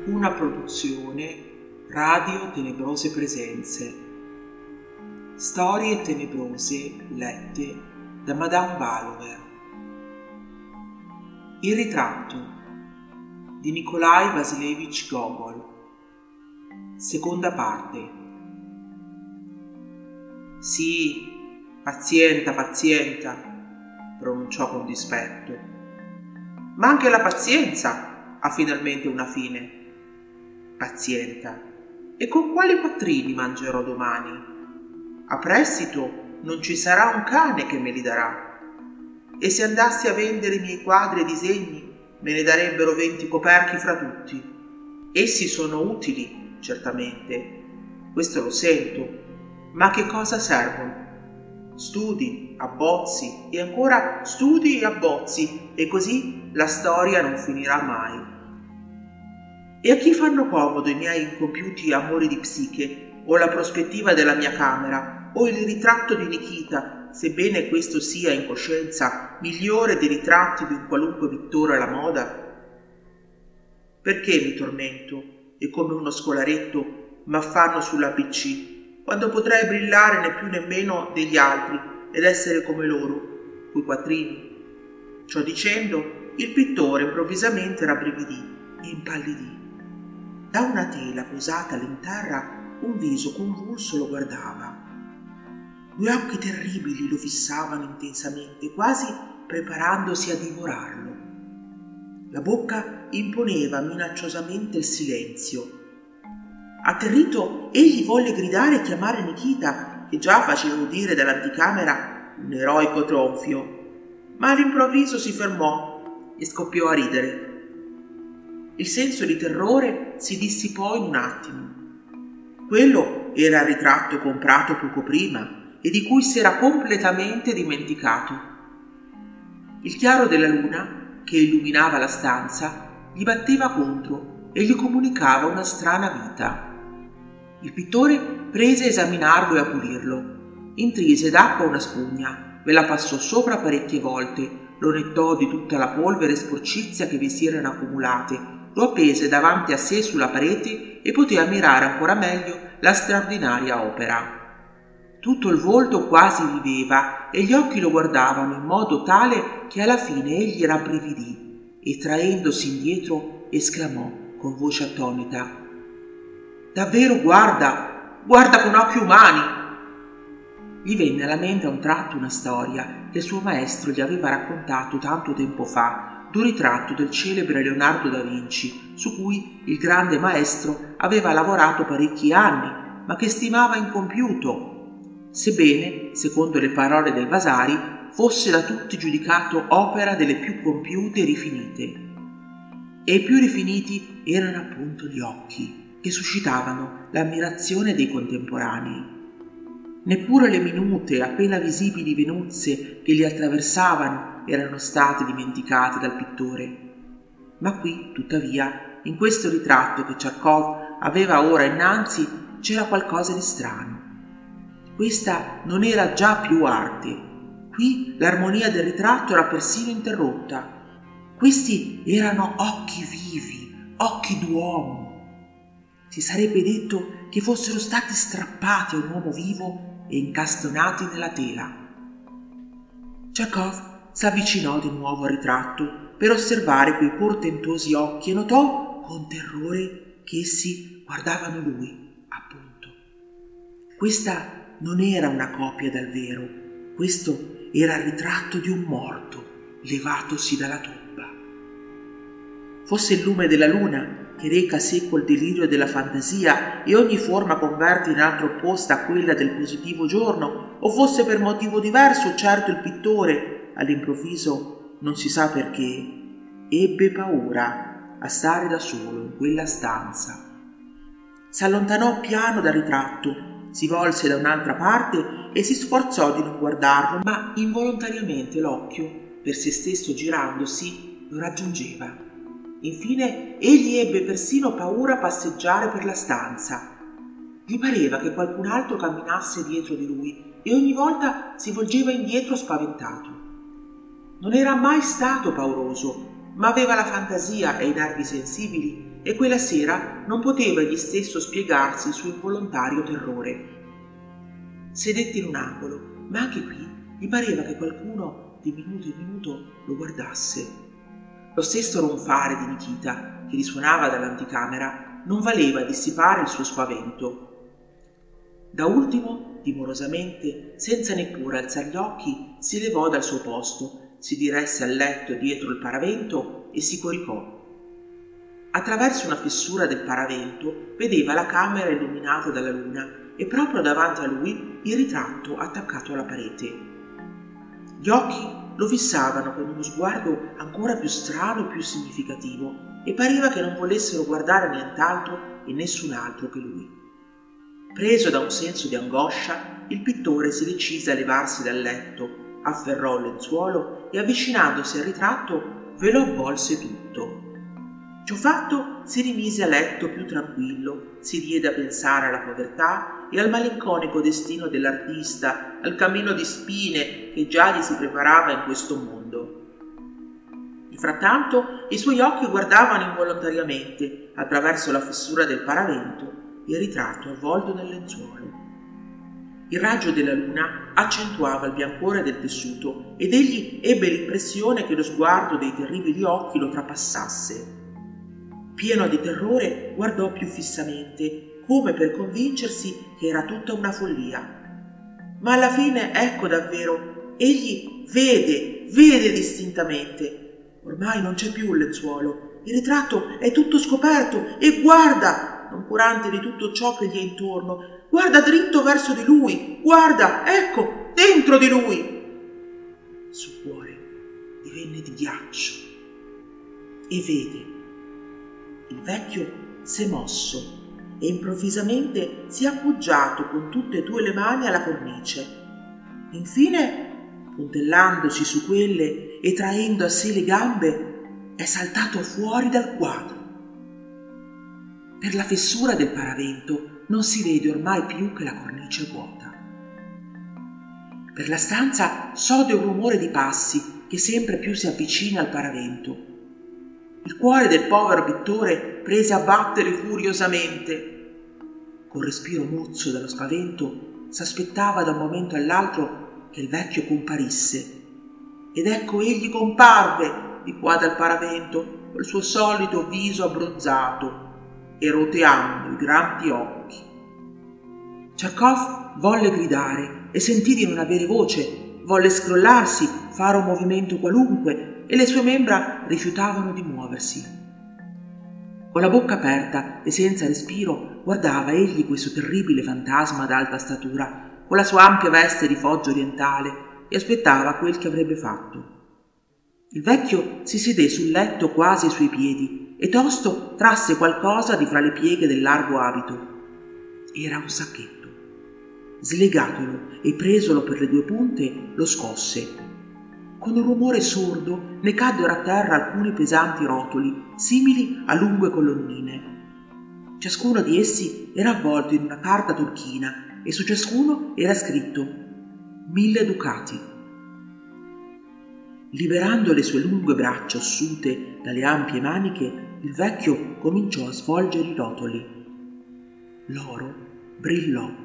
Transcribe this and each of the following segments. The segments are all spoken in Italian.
Una produzione Radio Tenebrose Presenze. Storie tenebrose lette da Madame Valover. Il ritratto di Nikolai Vasilevich Gogol. Seconda parte. Sì, pazienta, pronunciò con dispetto. Ma anche la pazienza ha finalmente una fine. Pazienta. E con quali quattrini mangerò domani? A prestito non ci sarà un cane che me li darà. E se andassi a vendere i miei quadri e disegni, me ne darebbero 20 coperchi fra tutti. Essi sono utili, certamente, questo lo sento, ma a che cosa servono? Studi, abbozzi e ancora studi e abbozzi, e così la storia non finirà mai. E a chi fanno comodo i miei incompiuti amori di psiche, o la prospettiva della mia camera, o il ritratto di Nikita, sebbene questo sia in coscienza migliore dei ritratti di un qualunque pittore alla moda? Perché mi tormento e come uno scolaretto m'affanno sulla PC, quando potrei brillare né più né meno degli altri ed essere come loro, coi quattrini? Ciò dicendo, il pittore improvvisamente rabbrividì e impallidì. Da una tela posata in terra un viso convulso lo guardava. Due occhi terribili lo fissavano intensamente, quasi preparandosi a divorarlo. La bocca imponeva minacciosamente il silenzio. Atterrito, egli volle gridare e chiamare Nikita, che già faceva udire dall'anticamera un eroico tronfio, ma all'improvviso si fermò e scoppiò a ridere. Il senso di terrore si dissipò in un attimo. Quello era il ritratto comprato poco prima e di cui si era completamente dimenticato. Il chiaro della luna, che illuminava la stanza, gli batteva contro e gli comunicava una strana vita. Il pittore prese a esaminarlo e a pulirlo. Intrise d'acqua una spugna, ve la passò sopra parecchie volte, lo nettò di tutta la polvere e sporcizia che vi si erano accumulate, lo appese davanti a sé sulla parete e poté ammirare ancora meglio la straordinaria opera. Tutto il volto quasi viveva e gli occhi lo guardavano in modo tale che alla fine egli rabbrividì e traendosi indietro esclamò con voce attonita: «Davvero guarda con occhi umani!» Gli venne alla mente a un tratto una storia che il suo maestro gli aveva raccontato tanto tempo fa, d'un ritratto del celebre Leonardo da Vinci, su cui il grande maestro aveva lavorato parecchi anni, ma che stimava incompiuto, sebbene, secondo le parole del Vasari, fosse da tutti giudicato opera delle più compiute e rifinite. E i più rifiniti erano appunto gli occhi, che suscitavano l'ammirazione dei contemporanei. Neppure le minute, appena visibili venuzze che li attraversavano erano state dimenticate dal pittore. Ma qui, tuttavia, in questo ritratto che Charcov aveva ora innanzi, c'era qualcosa di strano. Questa non era già più arte. Qui l'armonia del ritratto era persino interrotta. Questi erano occhi vivi, occhi d'uomo. Si sarebbe detto che fossero stati strappati a un uomo vivo e incastonati nella tela. Charcov s'avvicinò di nuovo al ritratto per osservare quei portentosi occhi e notò con terrore che essi guardavano lui, appunto. Questa non era una copia dal vero, questo era il ritratto di un morto levatosi dalla tomba. Fosse il lume della luna che reca seco il delirio della fantasia e ogni forma converte in altra opposta a quella del positivo giorno, o fosse per motivo diverso, certo il pittore, all'improvviso, non si sa perché, ebbe paura a stare da solo in quella stanza. S'allontanò piano dal ritratto, si volse da un'altra parte e si sforzò di non guardarlo, ma involontariamente l'occhio, per se stesso girandosi, lo raggiungeva. Infine egli ebbe persino paura a passeggiare per la stanza. Gli pareva che qualcun altro camminasse dietro di lui e ogni volta si volgeva indietro spaventato. Non era mai stato pauroso, ma aveva la fantasia e i nervi sensibili e quella sera non poteva egli stesso spiegarsi il suo involontario terrore. Sedette in un angolo, ma anche qui gli pareva che qualcuno di minuto in minuto lo guardasse. Lo stesso ronfare di Nikita, che risuonava dall'anticamera, non valeva a dissipare il suo spavento. Da ultimo, timorosamente, senza neppure alzare gli occhi, si levò dal suo posto, si diresse al letto dietro il paravento e si coricò. Attraverso una fessura del paravento vedeva la camera illuminata dalla luna e proprio davanti a lui il ritratto attaccato alla parete. Gli occhi lo fissavano con uno sguardo ancora più strano e più significativo e pareva che non volessero guardare nient'altro e nessun altro che lui. Preso da un senso di angoscia, il pittore si decise a levarsi dal letto, afferrò il lenzuolo e avvicinandosi al ritratto ve lo avvolse tutto. Ciò fatto si rimise a letto più tranquillo, si diede a pensare alla povertà e al malinconico destino dell'artista, al cammino di spine che già gli si preparava in questo mondo. E frattanto i suoi occhi guardavano involontariamente, attraverso la fessura del paravento, il ritratto avvolto nel lenzuolo. Il raggio della luna accentuava il biancore del tessuto ed egli ebbe l'impressione che lo sguardo dei terribili occhi lo trapassasse. Pieno di terrore, guardò più fissamente, come per convincersi che era tutta una follia. Ma alla fine, ecco davvero, egli vede distintamente. Ormai non c'è più il lenzuolo, il ritratto è tutto scoperto e guarda, non curante di tutto ciò che gli è intorno, guarda dritto verso di lui, guarda, ecco, dentro di lui. Il suo cuore divenne di ghiaccio e vede. Il vecchio s'è mosso e improvvisamente si è appoggiato con tutte e due le mani alla cornice. Infine, puntellandosi su quelle e traendo a sé le gambe, è saltato fuori dal quadro. Per la fessura del paravento non si vede ormai più che la cornice vuota. Per la stanza s'ode un rumore di passi che sempre più si avvicina al paravento. Il cuore del povero pittore prese a battere furiosamente. Col respiro mozzo dallo spavento, s'aspettava da un momento all'altro che il vecchio comparisse. Ed ecco egli comparve di qua dal paravento, col suo solito viso abbronzato e roteando i grandi occhi. Ciarkov volle gridare e sentì di non avere voce, volle scrollarsi, fare un movimento qualunque, e le sue membra rifiutavano di muoversi. Con la bocca aperta e senza respiro guardava egli questo terribile fantasma d'alta statura, con la sua ampia veste di foggio orientale, e aspettava quel che avrebbe fatto. Il vecchio si sedé sul letto quasi ai suoi piedi e tosto trasse qualcosa di fra le pieghe del largo abito. Era un sacchetto. Slegatolo e presolo per le due punte, lo scosse. Con un rumore sordo ne caddero a terra alcuni pesanti rotoli, simili a lunghe colonnine. Ciascuno di essi era avvolto in una carta turchina e su ciascuno era scritto 1000 ducati. Liberando le sue lunghe braccia ossute dalle ampie maniche, il vecchio cominciò a svolgere i rotoli. L'oro brillò.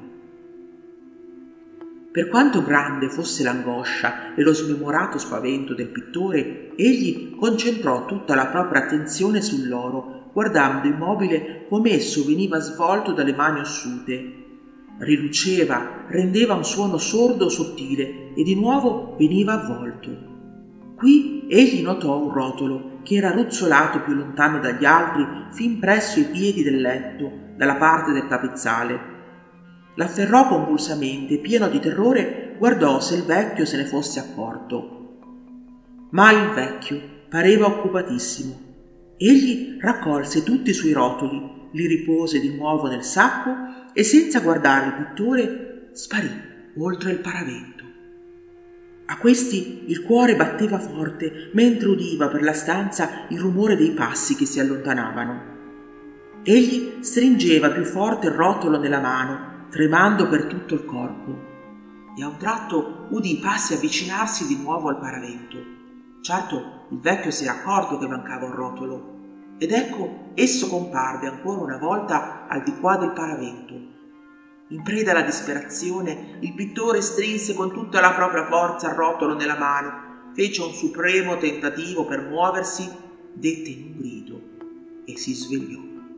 Per quanto grande fosse l'angoscia e lo smemorato spavento del pittore, egli concentrò tutta la propria attenzione sull'oro, guardando immobile come esso veniva svolto dalle mani ossute. Riluceva, rendeva un suono sordo sottile e di nuovo veniva avvolto. Qui egli notò un rotolo che era ruzzolato più lontano dagli altri fin presso i piedi del letto, dalla parte del capezzale. L'afferrò convulsamente, pieno di terrore, guardò se il vecchio se ne fosse accorto. Ma il vecchio pareva occupatissimo. Egli raccolse tutti i suoi rotoli, li ripose di nuovo nel sacco e senza guardare il pittore sparì oltre il paravento. A questi il cuore batteva forte mentre udiva per la stanza il rumore dei passi che si allontanavano. Egli stringeva più forte il rotolo nella mano, tremando per tutto il corpo, e a un tratto udì i passi avvicinarsi di nuovo al paravento. Certo, il vecchio si era accorto che mancava un rotolo ed ecco esso comparve ancora una volta al di qua del paravento. In preda alla disperazione, il pittore strinse con tutta la propria forza il rotolo nella mano, fece un supremo tentativo per muoversi, dette in un grido e si svegliò.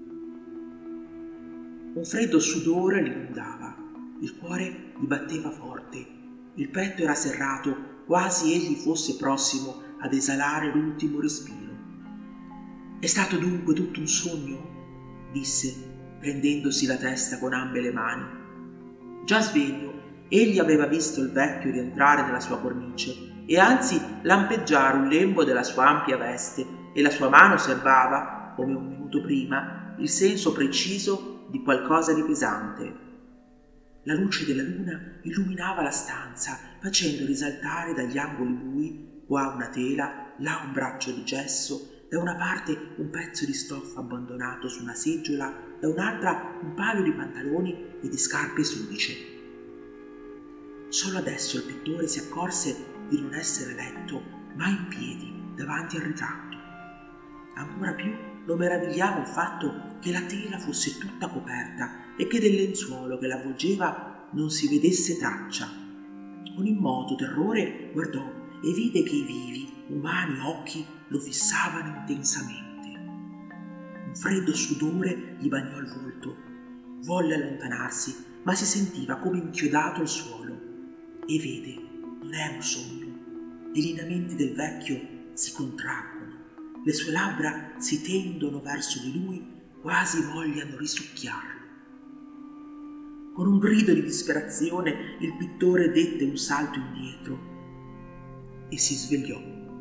Un freddo sudore l'inondava, il cuore gli batteva forte, il petto era serrato, quasi egli fosse prossimo ad esalare l'ultimo respiro. «È stato dunque tutto un sogno?» disse, prendendosi la testa con ambe le mani. Già sveglio, egli aveva visto il vecchio rientrare nella sua cornice e anzi lampeggiare un lembo della sua ampia veste, e la sua mano serbava, come un minuto prima, il senso preciso di qualcosa di pesante. La luce della luna illuminava la stanza, facendo risaltare dagli angoli bui, qua una tela, là un braccio di gesso, da una parte un pezzo di stoffa abbandonato su una seggiola, da un'altra un paio di pantaloni e di scarpe sudice. Solo adesso il pittore si accorse di non essere letto, ma in piedi, davanti al ritratto. Ancora più lo meravigliava il fatto che la tela fosse tutta coperta e che del lenzuolo che l'avvolgeva non si vedesse traccia. Con immoto terrore guardò e vide che i vivi, umani occhi lo fissavano intensamente. Un freddo sudore gli bagnò il volto. Volle allontanarsi, ma si sentiva come inchiodato al suolo. E vede, non è un sogno. I lineamenti del vecchio si contraggono. Le sue labbra si tendono verso di lui, quasi vogliano risucchiarlo. Con un grido di disperazione il pittore dette un salto indietro e si svegliò.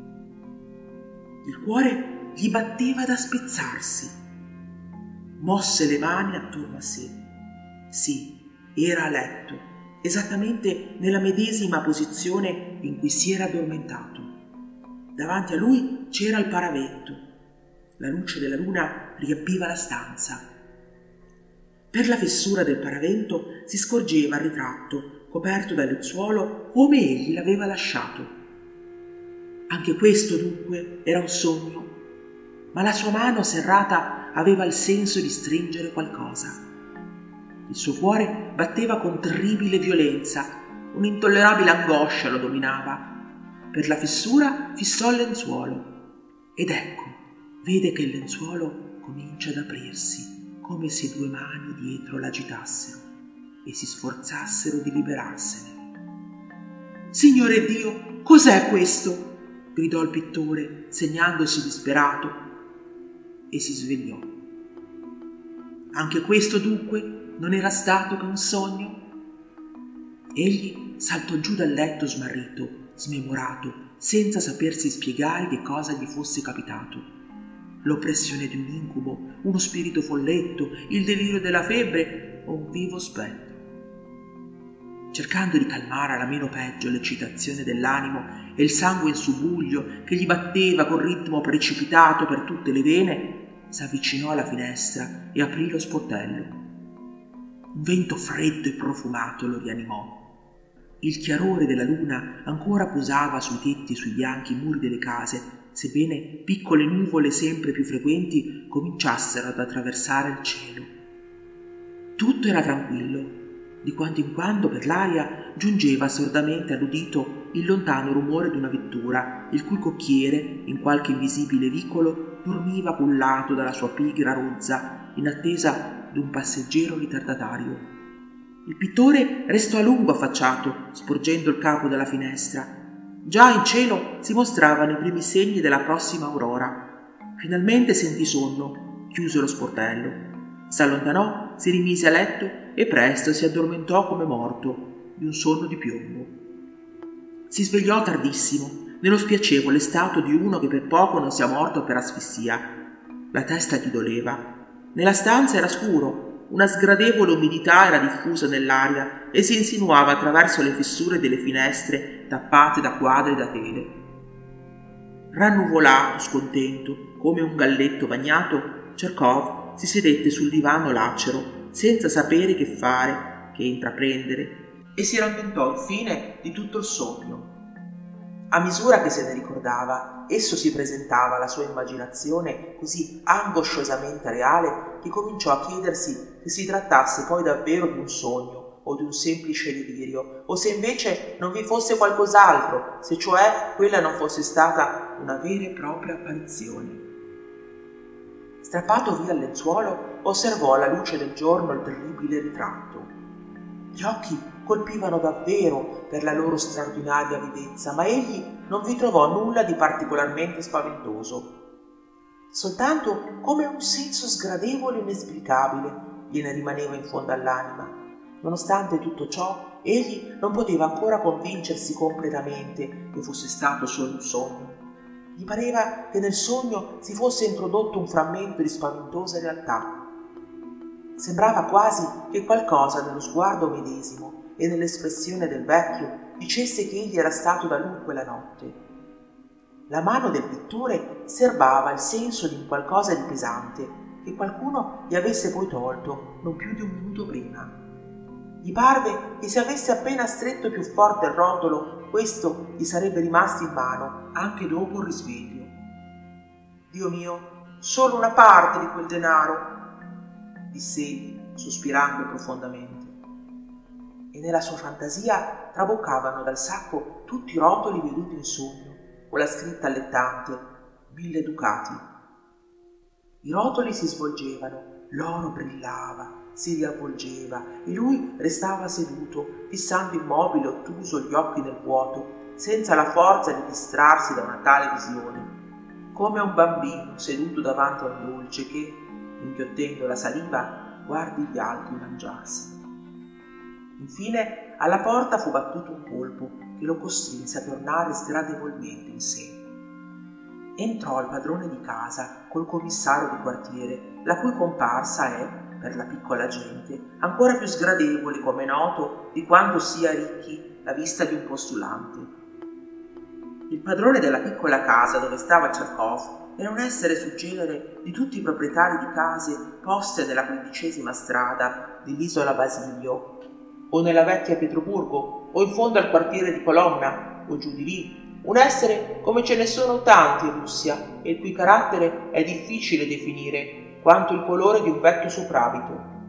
Il cuore gli batteva da spezzarsi. Mosse le mani attorno a sé. Sì, era a letto, esattamente nella medesima posizione in cui si era addormentato. Davanti a lui c'era il paravento. La luce della luna riempiva la stanza. Per la fessura del paravento si scorgeva il ritratto, coperto dal lenzuolo come egli l'aveva lasciato. Anche questo, dunque, era un sogno, ma la sua mano serrata aveva il senso di stringere qualcosa. Il suo cuore batteva con terribile violenza, un'intollerabile angoscia lo dominava. Per la fessura fissò il lenzuolo ed ecco, vede che il lenzuolo comincia ad aprirsi, come se due mani dietro l'agitassero e si sforzassero di liberarsene. «Signore Dio, cos'è questo?» gridò il pittore, segnandosi disperato, e si svegliò. Anche questo dunque non era stato che un sogno? Egli saltò giù dal letto smarrito, smemorato, senza sapersi spiegare che cosa gli fosse capitato. L'oppressione di un incubo, uno spirito folletto, il delirio della febbre o un vivo spettro. Cercando di calmare alla meno peggio l'eccitazione dell'animo e il sangue in subbuglio che gli batteva con ritmo precipitato per tutte le vene, s'avvicinò alla finestra e aprì lo sportello. Un vento freddo e profumato lo rianimò. Il chiarore della luna ancora posava sui tetti e sui bianchi muri delle case, sebbene piccole nuvole sempre più frequenti cominciassero ad attraversare il cielo. Tutto era tranquillo. Di quando in quando per l'aria giungeva sordamente all'udito il lontano rumore di una vettura, il cui cocchiere, in qualche invisibile vicolo, dormiva cullato dalla sua pigra rozza, in attesa di un passeggero ritardatario. Il pittore restò a lungo affacciato, sporgendo il capo dalla finestra. Già in cielo si mostravano i primi segni della prossima aurora. Finalmente sentì sonno, chiuse lo sportello. S'allontanò, si rimise a letto e presto si addormentò come morto, di un sonno di piombo. Si svegliò tardissimo, nello spiacevole stato di uno che per poco non sia morto per asfissia. La testa gli doleva. Nella stanza era scuro, una sgradevole umidità era diffusa nell'aria e si insinuava attraverso le fessure delle finestre tappate da quadri da tele. Rannuvolato, scontento, come un galletto bagnato, Cerkov si sedette sul divano lacero, senza sapere che fare, che intraprendere, e si rammentò infine di tutto il sogno. A misura che se ne ricordava, esso si presentava alla sua immaginazione così angosciosamente reale che cominciò a chiedersi se si trattasse poi davvero di un sogno o di un semplice delirio, o se invece non vi fosse qualcos'altro, se cioè quella non fosse stata una vera e propria apparizione. Strappato via il lenzuolo, osservò alla luce del giorno il terribile ritratto. Gli occhi colpivano davvero per la loro straordinaria vivezza, ma egli non vi trovò nulla di particolarmente spaventoso. Soltanto come un senso sgradevole e inesplicabile gliene rimaneva in fondo all'anima. Nonostante tutto ciò, egli non poteva ancora convincersi completamente che fosse stato solo un sogno. Gli pareva che nel sogno si fosse introdotto un frammento di spaventosa realtà. Sembrava quasi che qualcosa nello sguardo medesimo e nell'espressione del vecchio dicesse che egli era stato da lui quella notte. La mano del pittore serbava il senso di un qualcosa di pesante che qualcuno gli avesse poi tolto non più di un minuto prima. Gli parve che se avesse appena stretto più forte il rotolo, questo gli sarebbe rimasto in mano anche dopo il risveglio. Dio mio, solo una parte di quel denaro, disse egli, sospirando profondamente. E nella sua fantasia traboccavano dal sacco tutti i rotoli veduti in sogno, con la scritta allettante 1000 ducati. I rotoli si svolgevano, l'oro brillava, si riavvolgeva e lui restava seduto, fissando immobile ottuso gli occhi nel vuoto, senza la forza di distrarsi da una tale visione, come un bambino seduto davanti a un dolce che, inghiottendo la saliva, guardi gli altri mangiarsi. Infine alla porta fu battuto un colpo che lo costrinse a tornare sgradevolmente in sé. Entrò il padrone di casa col commissario di quartiere, la cui comparsa è, per la piccola gente, ancora più sgradevole, come è noto, di quanto sia ricchi la vista di un postulante. Il padrone della piccola casa dove stava Ciarkov era un essere sul genere di tutti i proprietari di case poste nella 15ª strada dell'isola Basilio, o nella vecchia Pietroburgo, o in fondo al quartiere di Colonna, o giù di lì, un essere come ce ne sono tanti in Russia, e il cui carattere è difficile definire, quanto il colore di un vecchio soprabito.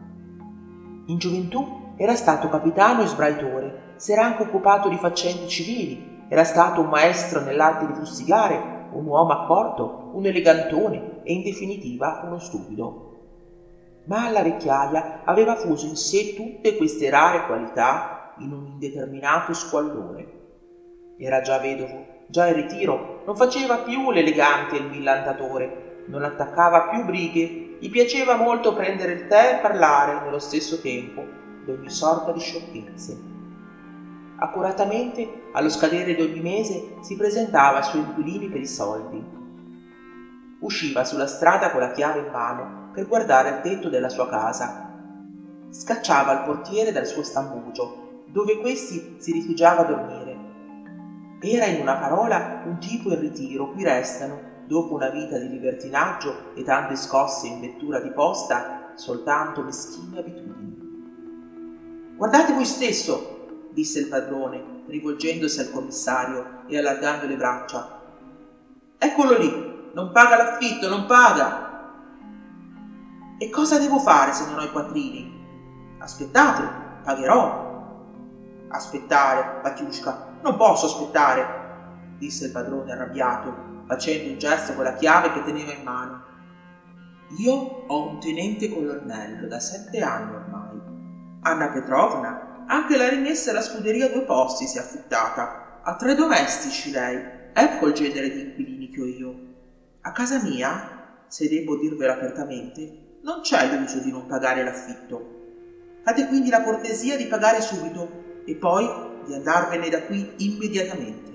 In gioventù era stato capitano e sbraitore, s'era anche occupato di faccende civili, era stato un maestro nell'arte di fustigare, un uomo accorto, un elegantone e in definitiva uno stupido. Ma alla vecchiaia aveva fuso in sé tutte queste rare qualità in un indeterminato squallore. Era già vedovo, già in ritiro, non faceva più l'elegante e il millantatore, non attaccava più brighe, gli piaceva molto prendere il tè e parlare nello stesso tempo d'ogni sorta di sciocchezze. Accuratamente, allo scadere di ogni mese, si presentava ai suoi inquilini per i soldi. Usciva sulla strada con la chiave in mano per guardare il tetto della sua casa. Scacciava il portiere dal suo stambugio, dove questi si rifugiava a dormire. Era in una parola un tipo in ritiro cui restano, dopo una vita di libertinaggio e tante scosse in vettura di posta, soltanto meschine abitudini. «Guardate voi stesso», disse il padrone, rivolgendosi al commissario e allargando le braccia. «Eccolo lì, non paga l'affitto, non paga!» «E cosa devo fare se non ho i quattrini?» «Aspettate, pagherò!» «Aspettare, Batiushka, non posso aspettare!» disse il padrone arrabbiato, facendo un gesto con la chiave che teneva in mano. «Io ho un tenente colonnello da 7 anni ormai. Anna Petrovna, anche la rimessa alla scuderia 2 posti si è affittata. Ha 3 domestici lei. Ecco il genere di inquilini che ho io. A casa mia, se devo dirvelo apertamente, non c'è l'uso di non pagare l'affitto. Fate quindi la cortesia di pagare subito e poi di andarvene da qui immediatamente.»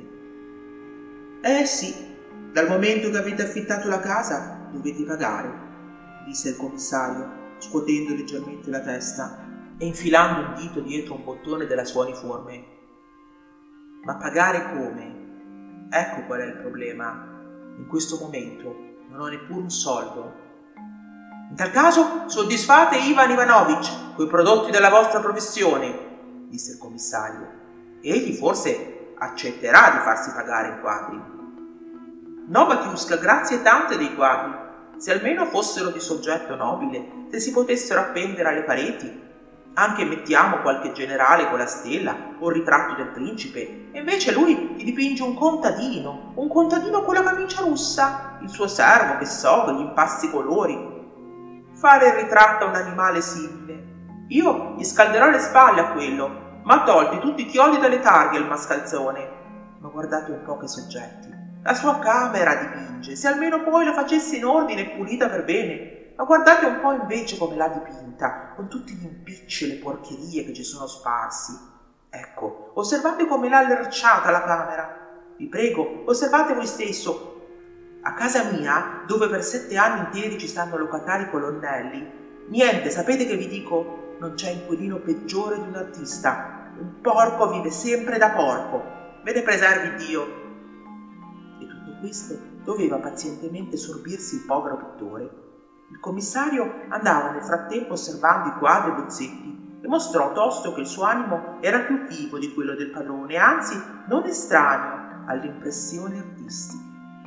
Sì, dal momento che avete affittato la casa dovete pagare», disse il commissario, scuotendo leggermente la testa e infilando un dito dietro un bottone della sua uniforme. «Ma pagare come? Ecco qual è il problema. In questo momento non ho neppure un soldo.» «In tal caso soddisfate Ivan Ivanovich coi prodotti della vostra professione», disse il commissario. «Egli forse accetterà di farsi pagare in quadri. No, Batiusca, grazie tante dei quadri. Se almeno fossero di soggetto nobile, se si potessero appendere alle pareti. Anche mettiamo qualche generale con la stella o il ritratto del principe, e invece lui ti dipinge un contadino con la camicia russa, il suo servo che soga gli impasti colori. Fare il ritratto a un animale simile. Io gli scalderò le spalle a quello, ma tolti tutti i chiodi dalle targhe il mascalzone. Ma guardate un po' che soggetti. La sua camera dipinge, se almeno poi la facesse in ordine e pulita per bene. Ma guardate un po' invece come l'ha dipinta, con tutti gli impicci e le porcherie che ci sono sparsi. Ecco, osservate come l'ha lerciata la camera. Vi prego, osservate voi stesso. A casa mia, dove per 7 anni interi ci stanno locatari colonnelli, niente, sapete che vi dico? Non c'è inquilino peggiore di un artista. Un porco vive sempre da porco. Ve ne preservi Dio. E tutto questo doveva pazientemente sorbirsi il povero pittore. Il commissario andava nel frattempo osservando i quadri e bozzetti e mostrò tosto che il suo animo era più vivo di quello del padrone, anzi non estraneo alle impressioni artistiche.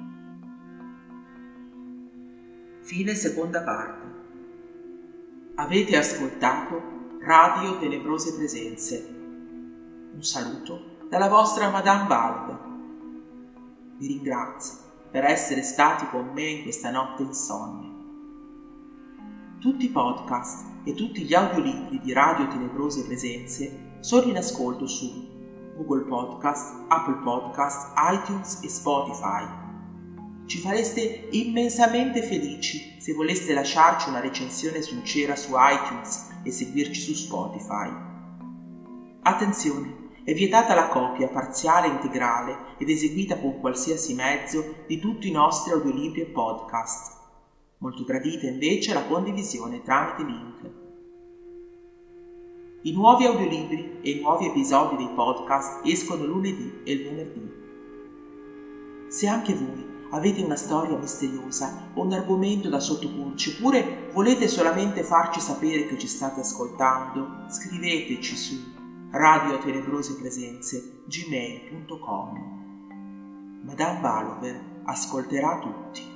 Fine seconda parte. Avete ascoltato Radio Tenebrose Presenze. Un saluto dalla vostra Madame Valve. Vi ringrazio per essere stati con me in questa notte insonne. Tutti i podcast e tutti gli audiolibri di Radio Tenebrose Presenze sono in ascolto su Google Podcast, Apple Podcast, iTunes e Spotify. Ci fareste immensamente felici se voleste lasciarci una recensione sincera su iTunes e seguirci su Spotify. Attenzione, è vietata la copia parziale e integrale ed eseguita con qualsiasi mezzo di tutti i nostri audiolibri e podcast. Molto gradita invece la condivisione tramite link. I nuovi audiolibri e i nuovi episodi dei podcast escono lunedì e il venerdì. Se anche voi avete una storia misteriosa o un argomento da sottoporci, oppure volete solamente farci sapere che ci state ascoltando, scriveteci su radiotenebrosepresenze@gmail.com. Madame Valover ascolterà tutti.